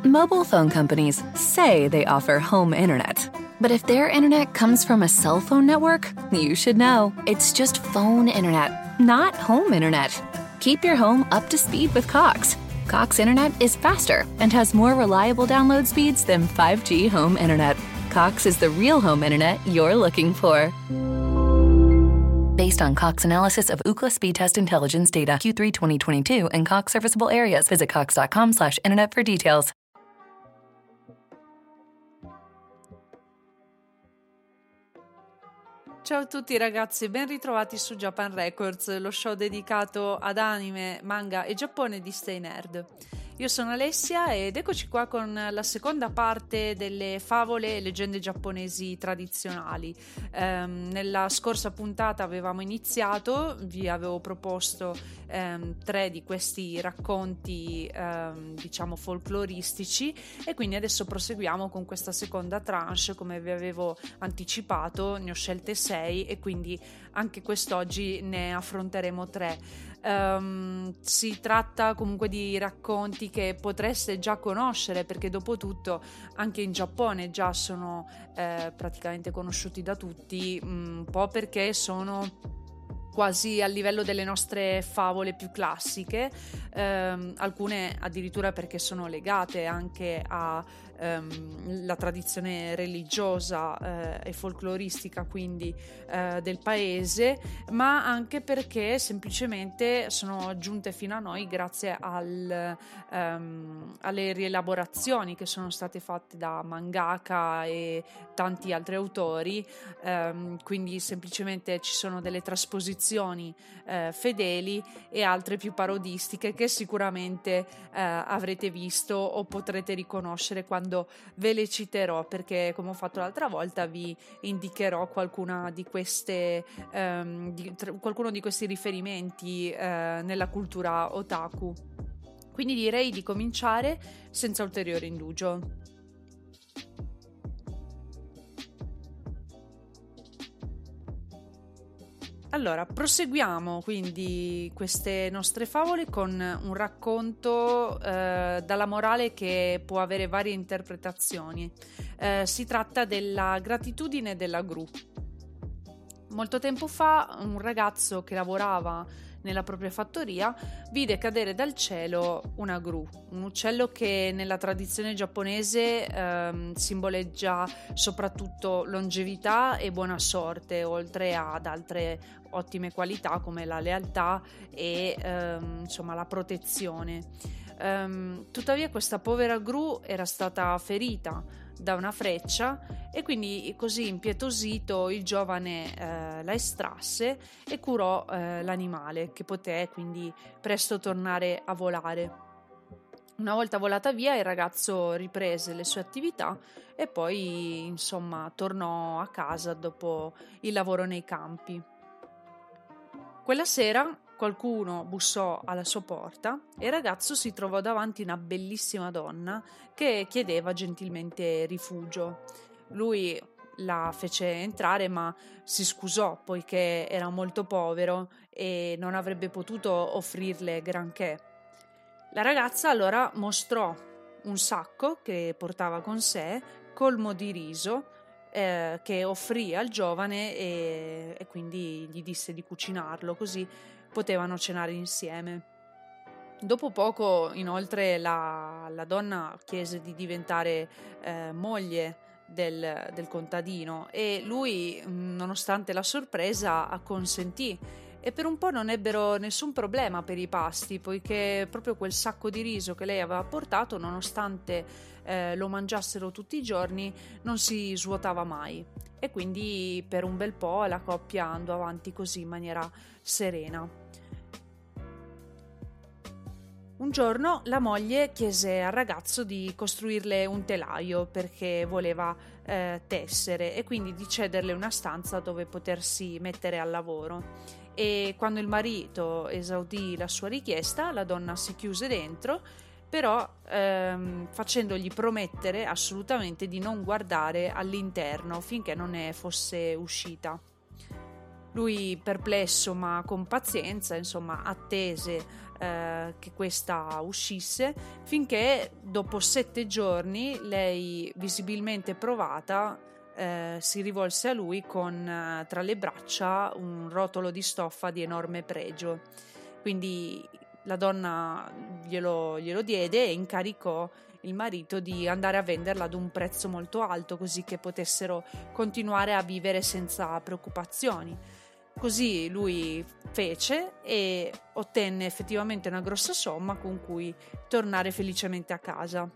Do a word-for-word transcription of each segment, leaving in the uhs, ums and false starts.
Mobile phone companies say they offer home internet. But if their internet comes from a cell phone network, you should know. It's just phone internet, not home internet. Keep your home up to speed with Cox. Cox Internet is faster and has more reliable download speeds than five G home internet. Cox is the real home internet you're looking for. Based on Cox analysis of Ookla speed test intelligence data Q three twenty twenty-two and Cox serviceable areas. Visit cox.com slash internet for details. Ciao a tutti ragazzi, ben ritrovati su Japan Records, lo show dedicato ad anime, manga e Giappone di Stay Nerd. Io sono Alessia ed eccoci qua con la seconda parte delle favole e leggende giapponesi tradizionali. Um, nella scorsa puntata avevamo iniziato, vi avevo proposto um, tre di questi racconti um, diciamo folcloristici e quindi adesso proseguiamo con questa seconda tranche. Come vi avevo anticipato, ne ho scelte sei e quindi anche quest'oggi ne affronteremo tre. Um, si tratta comunque di racconti che potreste già conoscere, perché dopo tutto anche in Giappone già sono eh, praticamente conosciuti da tutti, un po' perché sono quasi al livello delle nostre favole più classiche, ehm, alcune addirittura perché sono legate anche a ehm, la tradizione religiosa eh, e folcloristica quindi eh, del paese, ma anche perché semplicemente sono giunte fino a noi grazie al, ehm, alle rielaborazioni che sono state fatte da mangaka e tanti altri autori, ehm, quindi semplicemente ci sono delle trasposizioni Eh, fedeli e altre più parodistiche che sicuramente eh, avrete visto o potrete riconoscere quando ve le citerò, perché come ho fatto l'altra volta vi indicherò qualcuna di queste ehm, di, tra, qualcuno di questi riferimenti eh, nella cultura otaku. Quindi direi di cominciare senza ulteriore indugio. Allora, proseguiamo quindi queste nostre favole con un racconto eh, dalla morale che può avere varie interpretazioni. Eh, si tratta della gratitudine della gru. Molto tempo fa un ragazzo che lavorava nella propria fattoria vide cadere dal cielo una gru, un uccello che nella tradizione giapponese ehm, simboleggia soprattutto longevità e buona sorte, oltre ad altre ottime qualità come la lealtà e ehm, insomma la protezione. Um, tuttavia questa povera gru era stata ferita da una freccia e quindi così impietosito il giovane eh, la estrasse e curò eh, l'animale, che poté quindi presto tornare a volare. Una volta volata via il ragazzo riprese le sue attività e poi insomma tornò a casa dopo il lavoro nei campi. Quella sera qualcuno bussò alla sua porta e il ragazzo si trovò davanti una bellissima donna che chiedeva gentilmente rifugio. Lui la fece entrare, ma si scusò poiché era molto povero e non avrebbe potuto offrirle granché. La ragazza allora mostrò un sacco che portava con sé, colmo di riso, eh, che offrì al giovane e, e quindi gli disse di cucinarlo, così potevano cenare insieme. Dopo poco, inoltre, la, la donna chiese di diventare eh, moglie del, del contadino e lui, nonostante la sorpresa, acconsentì e per un po' non ebbero nessun problema per i pasti, poiché proprio quel sacco di riso che lei aveva portato, nonostante eh, lo mangiassero tutti i giorni, non si svuotava mai e quindi per un bel po' la coppia andò avanti così in maniera serena. Un giorno la moglie chiese al ragazzo di costruirle un telaio perché voleva eh, tessere e quindi di cederle una stanza dove potersi mettere al lavoro. E quando il marito esaudì la sua richiesta, la donna si chiuse dentro, però ehm, facendogli promettere assolutamente di non guardare all'interno finché non ne fosse uscita. Lui, perplesso ma con pazienza, insomma, attese eh, che questa uscisse, finché dopo sette giorni lei, visibilmente provata, eh, si rivolse a lui con eh, tra le braccia un rotolo di stoffa di enorme pregio. Quindi la donna glielo, glielo diede e incaricò il marito di andare a venderla ad un prezzo molto alto, così che potessero continuare a vivere senza preoccupazioni. Così lui fece e ottenne effettivamente una grossa somma con cui tornare felicemente a casa.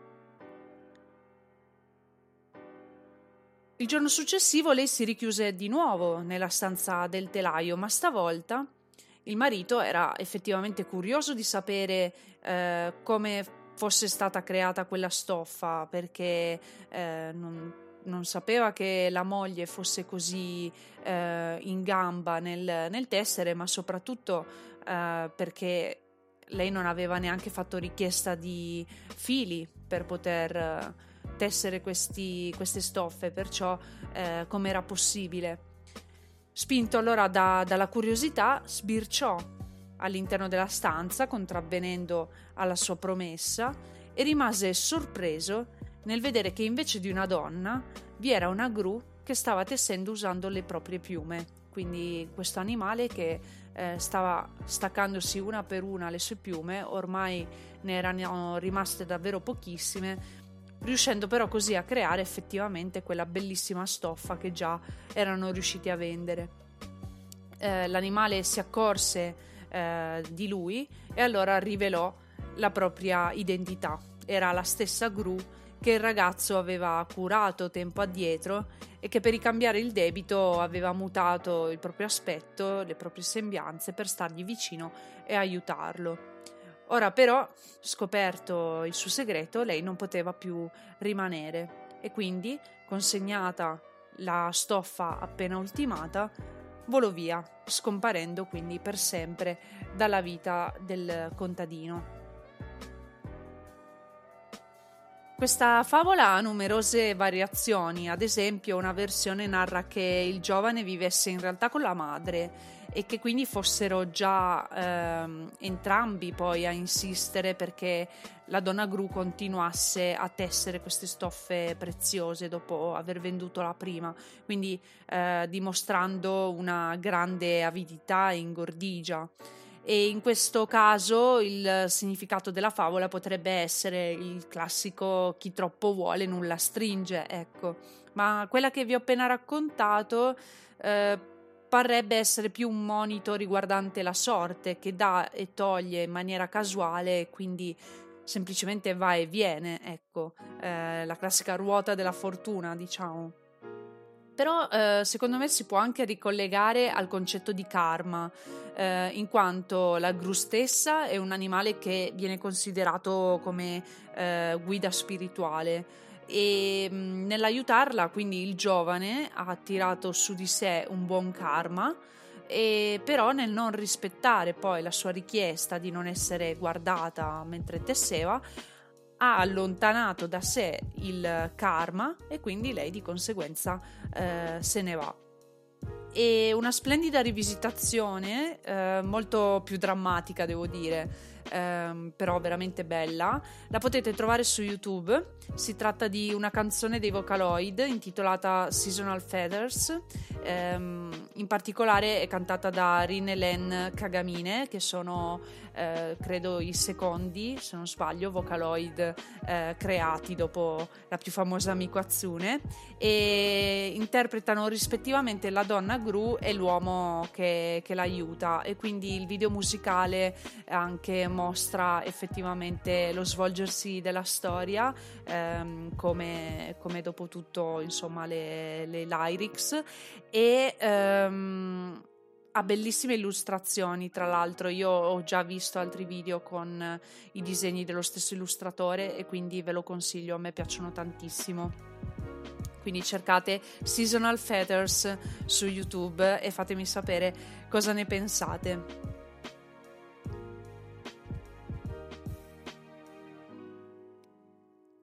Il giorno successivo lei si richiuse di nuovo nella stanza del telaio, ma stavolta il marito era effettivamente curioso di sapere eh, come fosse stata creata quella stoffa, perché eh, non, non sapeva che la moglie fosse così eh, in gamba nel, nel tessere, ma soprattutto eh, perché lei non aveva neanche fatto richiesta di fili per poter eh, tessere questi, queste stoffe, perciò eh, com'era possibile. Spinto allora da, dalla curiosità, sbirciò all'interno della stanza, contravvenendo alla sua promessa, e rimase sorpreso nel vedere che invece di una donna vi era una gru che stava tessendo usando le proprie piume. Quindi questo animale che eh, stava staccandosi una per una le sue piume, ormai ne erano rimaste davvero pochissime, riuscendo però così a creare effettivamente quella bellissima stoffa che già erano riusciti a vendere. Eh, l'animale si accorse eh, di lui e allora rivelò la propria identità. Era la stessa gru che il ragazzo aveva curato tempo addietro e che per ricambiare il debito aveva mutato il proprio aspetto, le proprie sembianze per stargli vicino e aiutarlo. Ora però, scoperto il suo segreto, lei non poteva più rimanere e quindi, consegnata la stoffa appena ultimata, volò via, scomparendo quindi per sempre dalla vita del contadino. Questa favola ha numerose variazioni. Ad esempio, una versione narra che il giovane vivesse in realtà con la madre e che quindi fossero già ehm, entrambi poi a insistere perché la donna gru continuasse a tessere queste stoffe preziose dopo aver venduto la prima, quindi eh, dimostrando una grande avidità e ingordigia. E in questo caso il significato della favola potrebbe essere il classico chi troppo vuole nulla stringe, ecco. Ma quella che vi ho appena raccontato eh, parrebbe essere più un monito riguardante la sorte che dà e toglie in maniera casuale, quindi semplicemente va e viene, ecco, eh, la classica ruota della fortuna, diciamo. Però eh, secondo me si può anche ricollegare al concetto di karma, eh, in quanto la gru stessa è un animale che viene considerato come eh, guida spirituale e mh, nell'aiutarla quindi il giovane ha attirato su di sé un buon karma, e però nel non rispettare poi la sua richiesta di non essere guardata mentre tesseva, ha allontanato da sé il karma e quindi lei di conseguenza eh, se ne va. E una splendida rivisitazione, eh, molto più drammatica devo dire, ehm, però veramente bella, la potete trovare su YouTube. Si tratta di una canzone dei Vocaloid intitolata Seasonal Feathers, ehm, in particolare è cantata da Rin e Len Kagamine, che sono eh, credo i secondi, se non sbaglio, Vocaloid eh, creati dopo la più famosa Miku Hatsune, e interpretano rispettivamente la donna gru e l'uomo che, che l'aiuta, e quindi il video musicale anche mostra effettivamente lo svolgersi della storia, ehm, come, come dopo tutto insomma le, le lyrics, e ehm, ha bellissime illustrazioni. Tra l'altro io ho già visto altri video con i disegni dello stesso illustratore e quindi ve lo consiglio, a me piacciono tantissimo. Quindi cercate Seasonal Feathers su YouTube e fatemi sapere cosa ne pensate.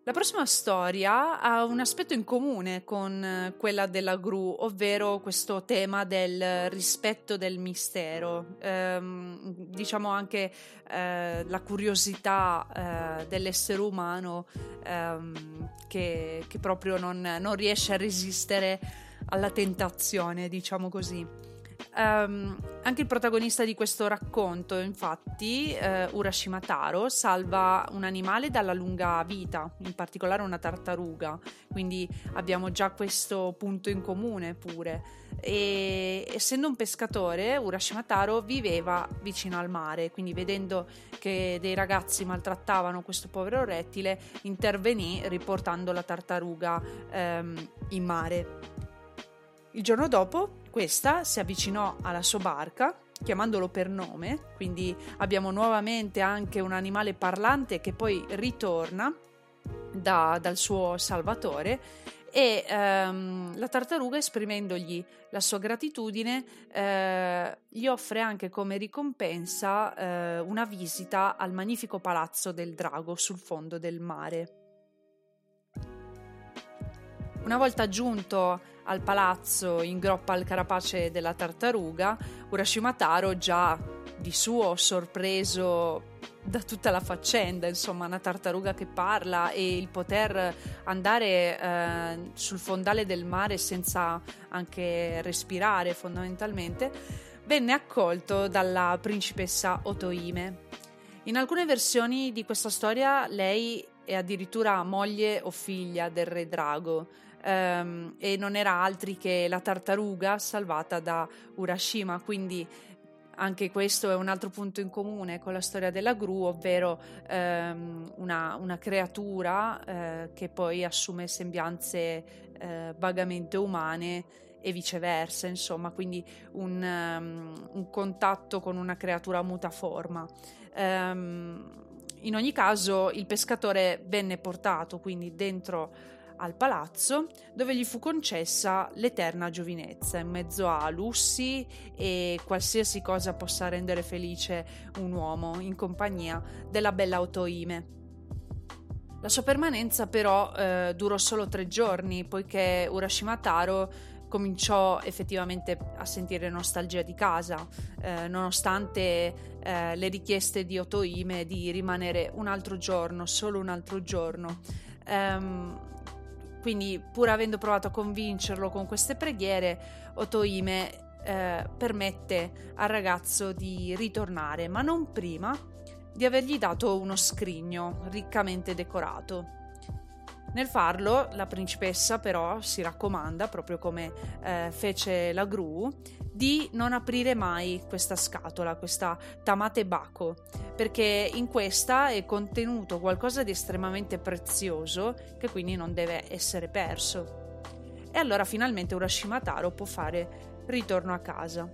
La prossima storia ha un aspetto in comune con quella della gru, ovvero questo tema del rispetto del mistero, ehm, diciamo anche eh, la curiosità eh, dell'essere umano ehm, che, che proprio non, non riesce a resistere alla tentazione, diciamo così. Um, anche il protagonista di questo racconto, infatti, uh, Urashima Taro, salva un animale dalla lunga vita, in particolare una tartaruga, quindi abbiamo già questo punto in comune pure. E essendo un pescatore, Urashima Taro viveva vicino al mare, quindi vedendo che dei ragazzi maltrattavano questo povero rettile, intervenì riportando la tartaruga um, in mare. Il giorno dopo questa si avvicinò alla sua barca chiamandolo per nome, quindi abbiamo nuovamente anche un animale parlante che poi ritorna da, dal suo salvatore e ehm, la tartaruga, esprimendogli la sua gratitudine, eh, gli offre anche come ricompensa eh, una visita al magnifico palazzo del drago sul fondo del mare. Una volta giunto al palazzo, ingroppa il carapace della tartaruga. Urashima Taro, già di suo sorpreso da tutta la faccenda, insomma una tartaruga che parla e il poter andare eh, sul fondale del mare senza anche respirare fondamentalmente, venne accolto dalla principessa Otohime. In alcune versioni di questa storia lei è addirittura moglie o figlia del re drago, Um, e non era altri che la tartaruga salvata da Urashima, quindi anche questo è un altro punto in comune con la storia della gru, ovvero um, una, una creatura uh, che poi assume sembianze uh, vagamente umane e viceversa, insomma, quindi un, um, un contatto con una creatura mutaforma. Um, in ogni caso il pescatore venne portato quindi dentro al palazzo, dove gli fu concessa l'eterna giovinezza in mezzo a lussi e qualsiasi cosa possa rendere felice un uomo, in compagnia della bella Otohime. La sua permanenza però eh, durò solo tre giorni, poiché Urashima Taro cominciò effettivamente a sentire nostalgia di casa, eh, nonostante eh, le richieste di Otohime di rimanere un altro giorno, solo un altro giorno. Um, Quindi, pur avendo provato a convincerlo con queste preghiere, Otohime eh, permette al ragazzo di ritornare, ma non prima di avergli dato uno scrigno riccamente decorato. Nel farlo, la principessa però si raccomanda, proprio come eh, fece la gru, di non aprire mai questa scatola, questa tamate bako, perché in questa è contenuto qualcosa di estremamente prezioso che quindi non deve essere perso. E allora finalmente Urashima Taro può fare ritorno a casa.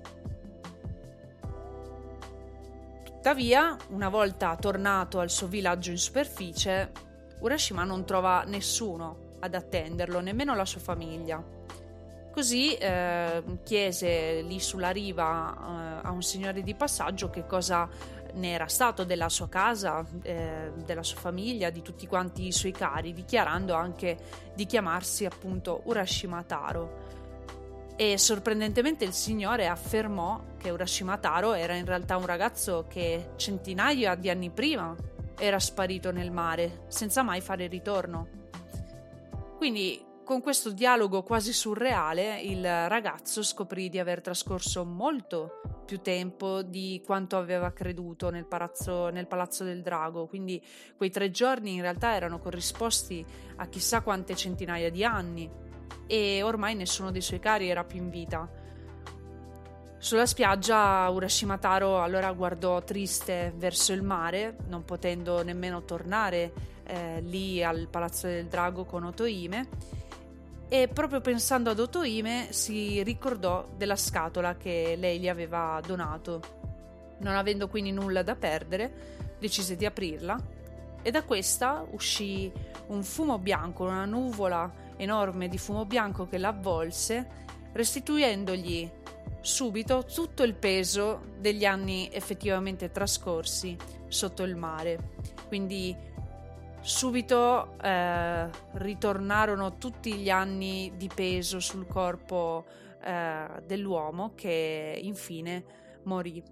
Tuttavia, una volta tornato al suo villaggio in superficie, Urashima non trova nessuno ad attenderlo, nemmeno la sua famiglia. Così eh, chiese lì sulla riva eh, a un signore di passaggio che cosa ne era stato della sua casa, eh, della sua famiglia, di tutti quanti i suoi cari, dichiarando anche di chiamarsi appunto Urashima Taro. E sorprendentemente il signore affermò che Urashima Taro era in realtà un ragazzo che centinaia di anni prima era sparito nel mare senza mai fare ritorno. Quindi, con questo dialogo quasi surreale, il ragazzo scoprì di aver trascorso molto più tempo di quanto aveva creduto nel palazzo, nel palazzo del drago. Quindi quei tre giorni in realtà erano corrisposti a chissà quante centinaia di anni e ormai nessuno dei suoi cari era più in vita. Sulla spiaggia Urashima Taro allora guardò triste verso il mare, non potendo nemmeno tornare eh, lì al palazzo del drago con Otohime, e proprio pensando ad Otohime si ricordò della scatola che lei gli aveva donato. Non avendo quindi nulla da perdere, decise di aprirla e da questa uscì un fumo bianco, una nuvola enorme di fumo bianco che l'avvolse, restituendogli subito tutto il peso degli anni effettivamente trascorsi sotto il mare. Quindi subito eh, ritornarono tutti gli anni di peso sul corpo eh, dell'uomo, che infine morì.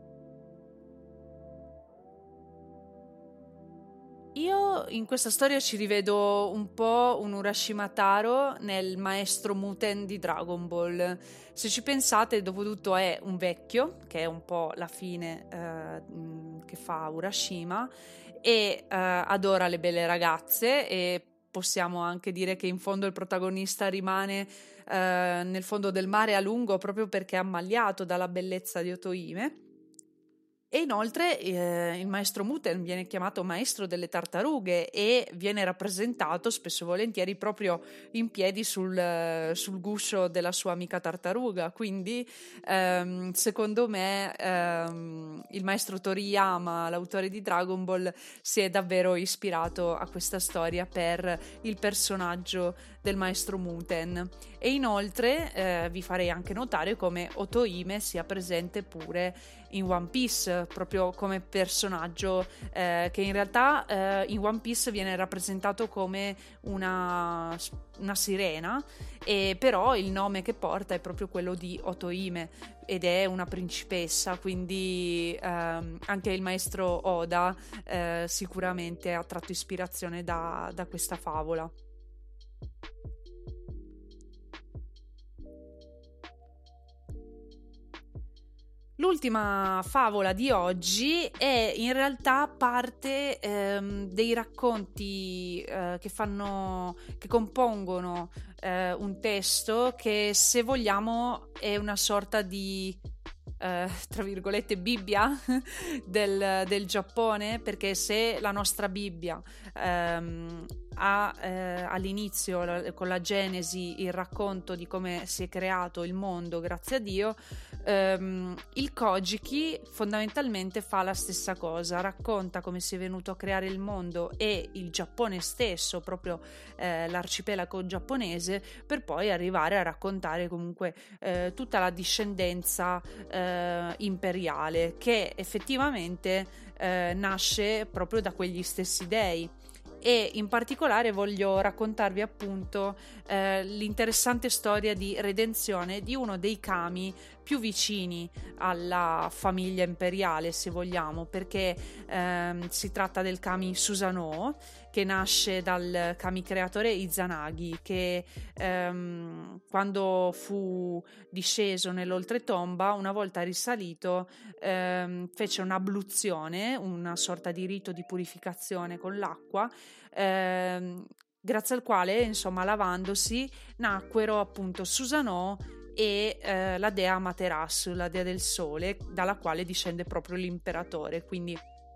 Io in questa storia ci rivedo un po' un Urashima Taro nel maestro Muten di Dragon Ball. Se ci pensate, dopotutto è un vecchio, che è un po' la fine eh, che fa Urashima, e eh, adora le belle ragazze, e possiamo anche dire che in fondo il protagonista rimane eh, nel fondo del mare a lungo proprio perché è ammaliato dalla bellezza di Otohime. E inoltre eh, il maestro Muten viene chiamato maestro delle tartarughe e viene rappresentato spesso e volentieri proprio in piedi sul, sul guscio della sua amica tartaruga. Quindi ehm, secondo me ehm, il maestro Toriyama, l'autore di Dragon Ball, si è davvero ispirato a questa storia per il personaggio del maestro Muten. E inoltre eh, vi farei anche notare come Otohime sia presente pure in One Piece, proprio come personaggio eh, che in realtà eh, in One Piece viene rappresentato come una, una sirena, e però il nome che porta è proprio quello di Otohime ed è una principessa, quindi ehm, anche il maestro Oda eh, sicuramente ha tratto ispirazione da, da questa favola. L'ultima favola di oggi è in realtà parte ehm, dei racconti eh, che fanno, che compongono eh, un testo che, se vogliamo, è una sorta di eh, tra virgolette Bibbia del, del Giappone, perché se la nostra Bibbia ehm, ha eh, all'inizio la, con la Genesi il racconto di come si è creato il mondo grazie a Dio, ehm, il Kojiki fondamentalmente fa la stessa cosa, racconta come si è venuto a creare il mondo e il Giappone stesso, proprio eh, l'arcipelago giapponese, per poi arrivare a raccontare comunque eh, tutta la discendenza eh, imperiale, che effettivamente eh, nasce proprio da quegli stessi dei. E in particolare voglio raccontarvi appunto eh, l'interessante storia di redenzione di uno dei kami più vicini alla famiglia imperiale, se vogliamo, perché ehm, si tratta del kami Susanoo, che nasce dal kami creatore Izanagi, che ehm, quando fu disceso nell'oltretomba, una volta risalito, ehm, fece un'abluzione, una sorta di rito di purificazione con l'acqua, ehm, grazie al quale, insomma, lavandosi, nacquero appunto Susanoo e eh, la dea Amaterasu, la dea del sole, dalla quale discende proprio l'imperatore. Quindi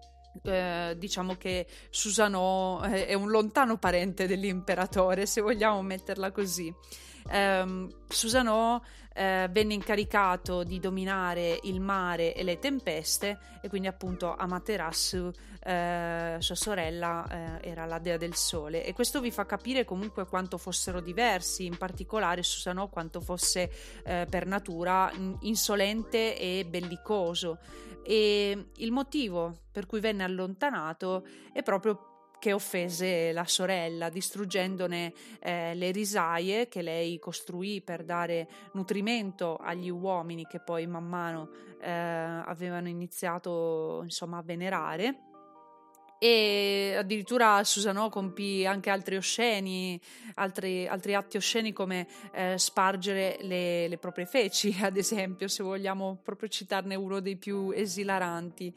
eh, diciamo che Susanoo è un lontano parente dell'imperatore, se vogliamo metterla così. Um, Susanoo eh, venne incaricato di dominare il mare e le tempeste, e quindi appunto Amaterasu, eh, sua sorella, eh, era la dea del sole, e questo vi fa capire comunque quanto fossero diversi, in particolare Susanoo quanto fosse eh, per natura insolente e bellicoso, e il motivo per cui venne allontanato è proprio che offese la sorella, distruggendone eh, le risaie che lei costruì per dare nutrimento agli uomini che poi man mano eh, avevano iniziato, insomma, a venerare. E addirittura Susanoo compì anche altri osceni, altri, altri atti osceni, come eh, spargere le, le proprie feci, ad esempio, se vogliamo proprio citarne uno dei più esilaranti.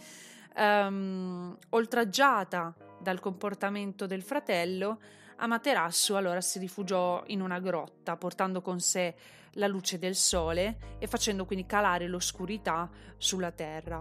Um, oltraggiata dal comportamento del fratello, Amaterasu allora si rifugiò in una grotta, portando con sé la luce del sole e facendo quindi calare l'oscurità sulla terra.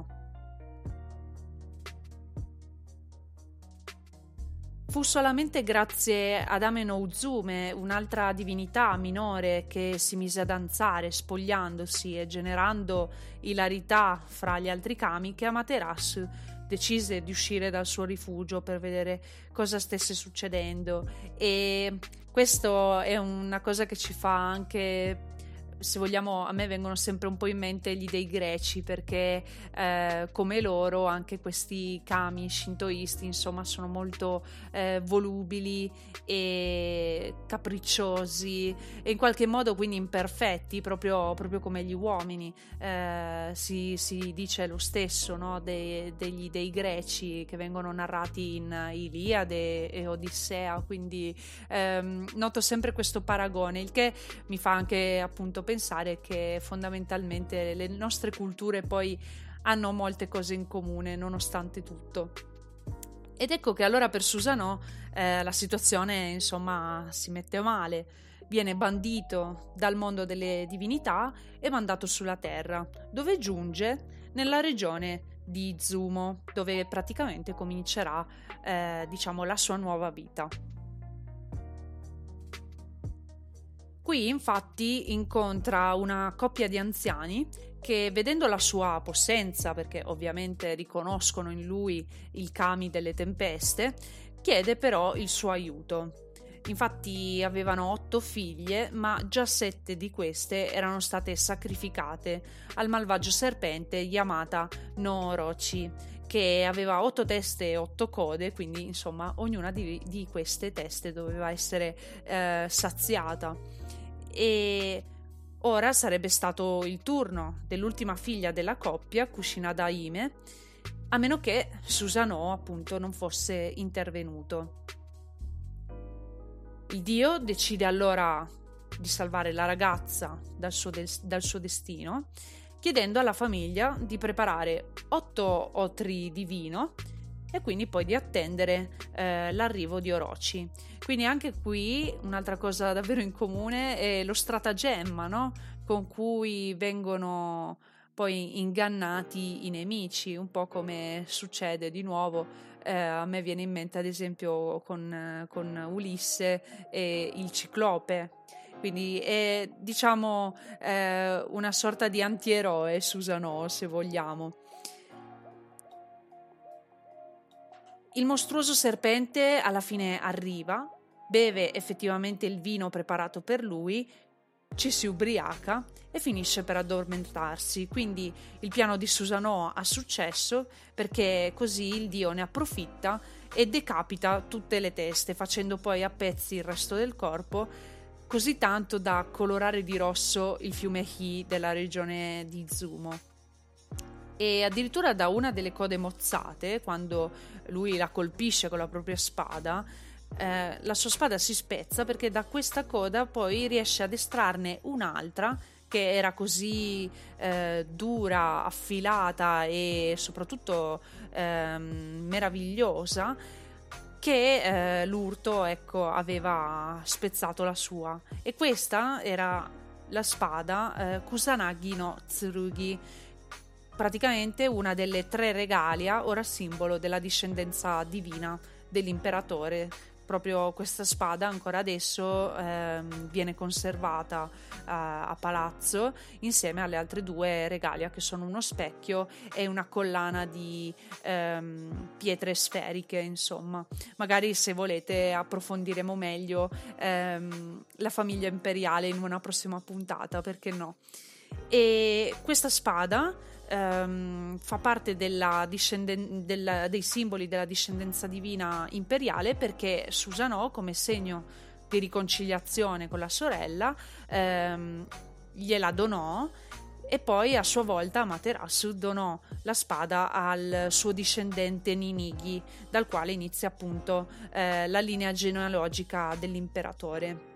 Fu solamente grazie ad Ame no Uzume, un'altra divinità minore, che si mise a danzare spogliandosi e generando ilarità fra gli altri kami, che Amaterasu decise di uscire dal suo rifugio per vedere cosa stesse succedendo. E questo è una cosa che ci fa anche se vogliamo, a me vengono sempre un po' in mente gli dei greci, perché eh, come loro anche questi kami shintoisti, insomma, sono molto eh, volubili e capricciosi e in qualche modo quindi imperfetti, proprio, proprio come gli uomini. Eh, si, si dice lo stesso, no? De, degli dei greci che vengono narrati in Iliade e Odissea, quindi ehm, noto sempre questo paragone, il che mi fa anche appunto pensare che fondamentalmente le nostre culture poi hanno molte cose in comune nonostante tutto. Ed ecco che allora per Susanoo eh, la situazione insomma si mette male, viene bandito dal mondo delle divinità e mandato sulla terra, dove giunge nella regione di Izumo, dove praticamente comincerà eh, diciamo la sua nuova vita. Qui infatti incontra una coppia di anziani che, vedendo la sua possenza, perché ovviamente riconoscono in lui il kami delle tempeste, chiede però il suo aiuto. Infatti avevano otto figlie, ma già sette di queste erano state sacrificate al malvagio serpente Yamata no Orochi, che aveva otto teste e otto code, quindi insomma ognuna di, di queste teste doveva essere eh, saziata. E ora sarebbe stato il turno dell'ultima figlia della coppia, Kushinada Hime, a meno che Susanoo appunto non fosse intervenuto. Il dio decide allora di salvare la ragazza dal suo, des- dal suo destino, chiedendo alla famiglia di preparare otto otri di vino e quindi poi di attendere eh, l'arrivo di Orochi. Quindi anche qui un'altra cosa davvero in comune è lo stratagemma, no? Con cui vengono poi ingannati i nemici, un po' come succede di nuovo. Eh, a me viene in mente ad esempio con, con Ulisse e il Ciclope. Quindi è diciamo eh, una sorta di antieroe Susanoo, se vogliamo. Il mostruoso serpente alla fine arriva, beve effettivamente il vino preparato per lui, ci si ubriaca e finisce per addormentarsi. Quindi il piano di Susanoo ha successo, perché così il dio ne approfitta e decapita tutte le teste, facendo poi a pezzi il resto del corpo, così tanto da colorare di rosso il fiume Hi della regione di Izumo. E addirittura da una delle code mozzate, quando lui la colpisce con la propria spada, eh, la sua spada si spezza, perché da questa coda poi riesce ad estrarne un'altra che era così eh, dura, affilata e soprattutto eh, meravigliosa, che eh, l'urto ecco aveva spezzato la sua. E questa era la spada eh, Kusanagi no Tsurugi, praticamente una delle tre regalia, ora simbolo della discendenza divina dell'imperatore. Proprio questa spada ancora adesso ehm, viene conservata eh, a palazzo insieme alle altre due regalia, che sono uno specchio e una collana di ehm, pietre sferiche. Insomma, magari se volete approfondiremo meglio ehm, la famiglia imperiale in una prossima puntata, perché no? E questa spada Um, fa parte della discenden- della, dei simboli della discendenza divina imperiale, perché Susanoo, come segno di riconciliazione con la sorella, um, gliela donò, e poi a sua volta Amaterasu donò la spada al suo discendente Ninigi, dal quale inizia appunto eh, la linea genealogica dell'imperatore.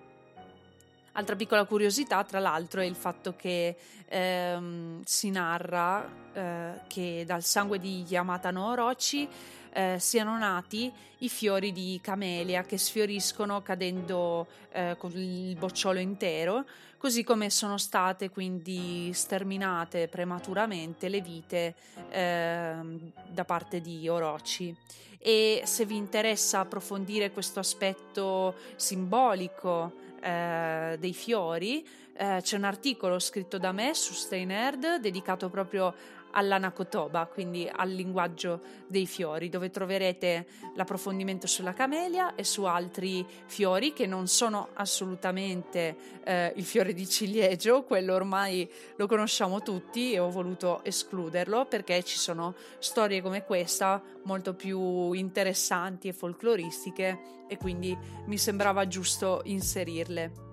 Altra piccola curiosità, tra l'altro, è il fatto che ehm, si narra eh, che dal sangue di Yamata no Orochi eh, siano nati i fiori di camelia, che sfioriscono cadendo eh, con il bocciolo intero, così come sono state quindi sterminate prematuramente le vite eh, da parte di Orochi. E se vi interessa approfondire questo aspetto simbolico Eh, dei fiori, eh, c'è un articolo scritto da me su Stay Nerd dedicato proprio all'Anacotoba, quindi al linguaggio dei fiori, dove troverete l'approfondimento sulla camelia e su altri fiori che non sono assolutamente eh, il fiore di ciliegio, quello ormai lo conosciamo tutti e ho voluto escluderlo perché ci sono storie come questa molto più interessanti e folcloristiche e quindi mi sembrava giusto inserirle.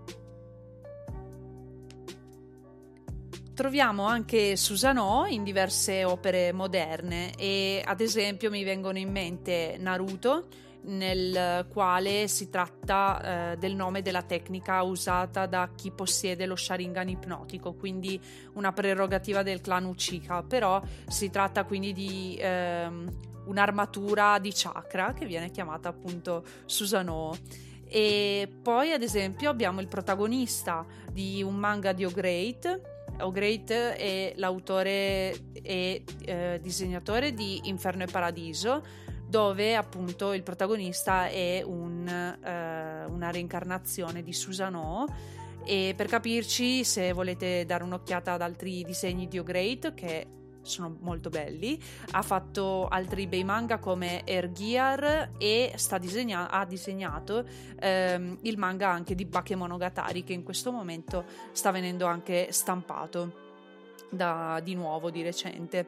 Troviamo anche Susanoo in diverse opere moderne e ad esempio mi vengono in mente Naruto, nel quale si tratta eh, del nome della tecnica usata da chi possiede lo Sharingan ipnotico, quindi una prerogativa del clan Uchiha, però si tratta quindi di ehm, un'armatura di chakra che viene chiamata appunto Susanoo. E poi ad esempio abbiamo il protagonista di un manga di O-Great. O-Great è l'autore e eh, disegnatore di Inferno e Paradiso, dove appunto il protagonista è un, eh, una reincarnazione di Susanoo. E per capirci, se volete dare un'occhiata ad altri disegni di O-Great, che sono molto belli, ha fatto altri bei manga come Air Gear e sta disegna- ha disegnato ehm, il manga anche di Bakemonogatari, che in questo momento sta venendo anche stampato da, di nuovo di recente.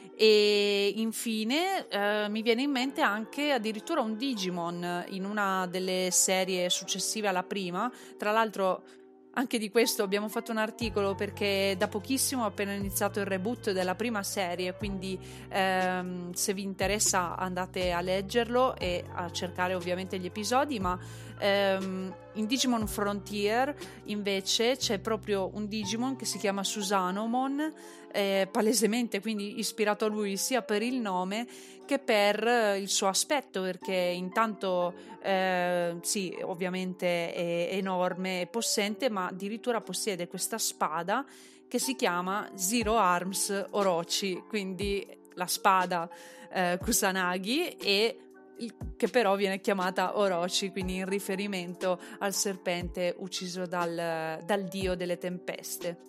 E infine eh, mi viene in mente anche addirittura un Digimon in una delle serie successive alla prima. Tra l'altro anche di questo abbiamo fatto un articolo perché da pochissimo ho appena iniziato il reboot della prima serie, quindi ehm, se vi interessa andate a leggerlo e a cercare ovviamente gli episodi, ma ehm, in Digimon Frontier invece c'è proprio un Digimon che si chiama Susanomon, eh, palesemente quindi ispirato a lui sia per il nome che per il suo aspetto, perché intanto eh, sì, ovviamente è enorme e possente, ma addirittura possiede questa spada che si chiama Zero Arms Orochi, quindi la spada eh, Kusanagi, e che però viene chiamata Orochi, quindi in riferimento al serpente ucciso dal, dal dio delle tempeste.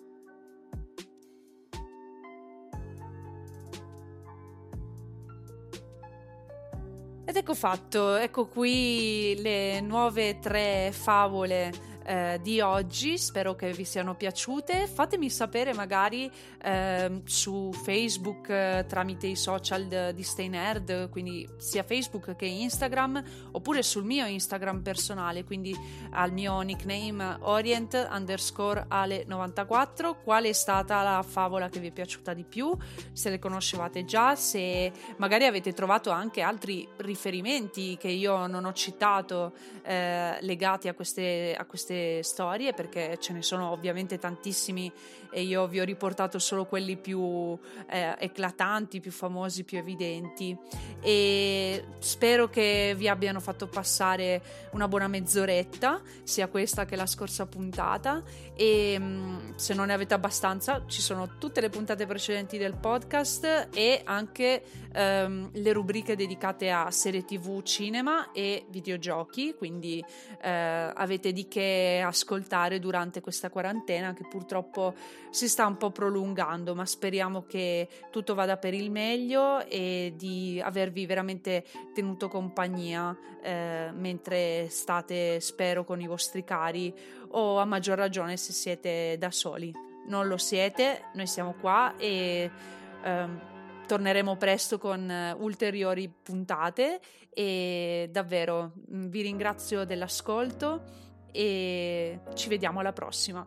Ed ecco fatto, ecco qui le nuove tre favole eh, di oggi, spero che vi siano piaciute. Fatemi sapere magari eh, su Facebook eh, tramite i social di Stay Nerd, quindi sia Facebook che Instagram, oppure sul mio Instagram personale, quindi al mio nickname orient underscore ale novantaquattro, qual è stata la favola che vi è piaciuta di più, se le conoscevate già, se magari avete trovato anche altri riferimenti che io non ho citato eh, legati a queste, a queste storie, perché ce ne sono ovviamente tantissimi e io vi ho riportato solo quelli più eh, eclatanti, più famosi, più evidenti, e spero che vi abbiano fatto passare una buona mezz'oretta, sia questa che la scorsa puntata, e mh, se non ne avete abbastanza ci sono tutte le puntate precedenti del podcast e anche ehm, le rubriche dedicate a serie tv, cinema e videogiochi, quindi eh, avete di che ascoltare durante questa quarantena che purtroppo si sta un po' prolungando, ma speriamo che tutto vada per il meglio e di avervi veramente tenuto compagnia eh, mentre state, spero, con i vostri cari, o a maggior ragione se siete da soli. Non lo siete, noi siamo qua e ehm, torneremo presto con ulteriori puntate, e davvero vi ringrazio dell'ascolto e ci vediamo alla prossima.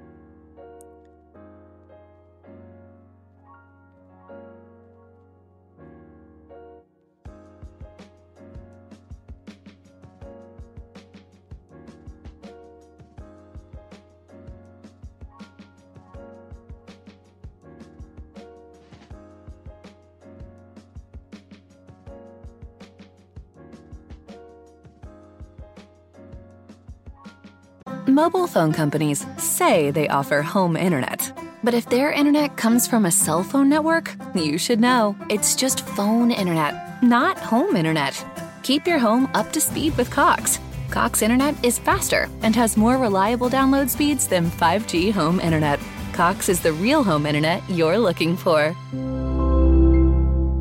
Mobile phone companies say they offer home internet. But if their internet comes from a cell phone network, you should know. It's just phone internet, not home internet. Keep your home up to speed with Cox. Cox internet is faster and has more reliable download speeds than five G home internet. Cox is the real home internet you're looking for.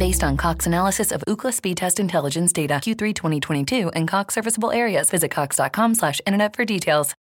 based on Cox analysis of Ookla speed test intelligence data Q three twenty twenty-two and Cox serviceable areas. Visit cox dot com slash internet for details.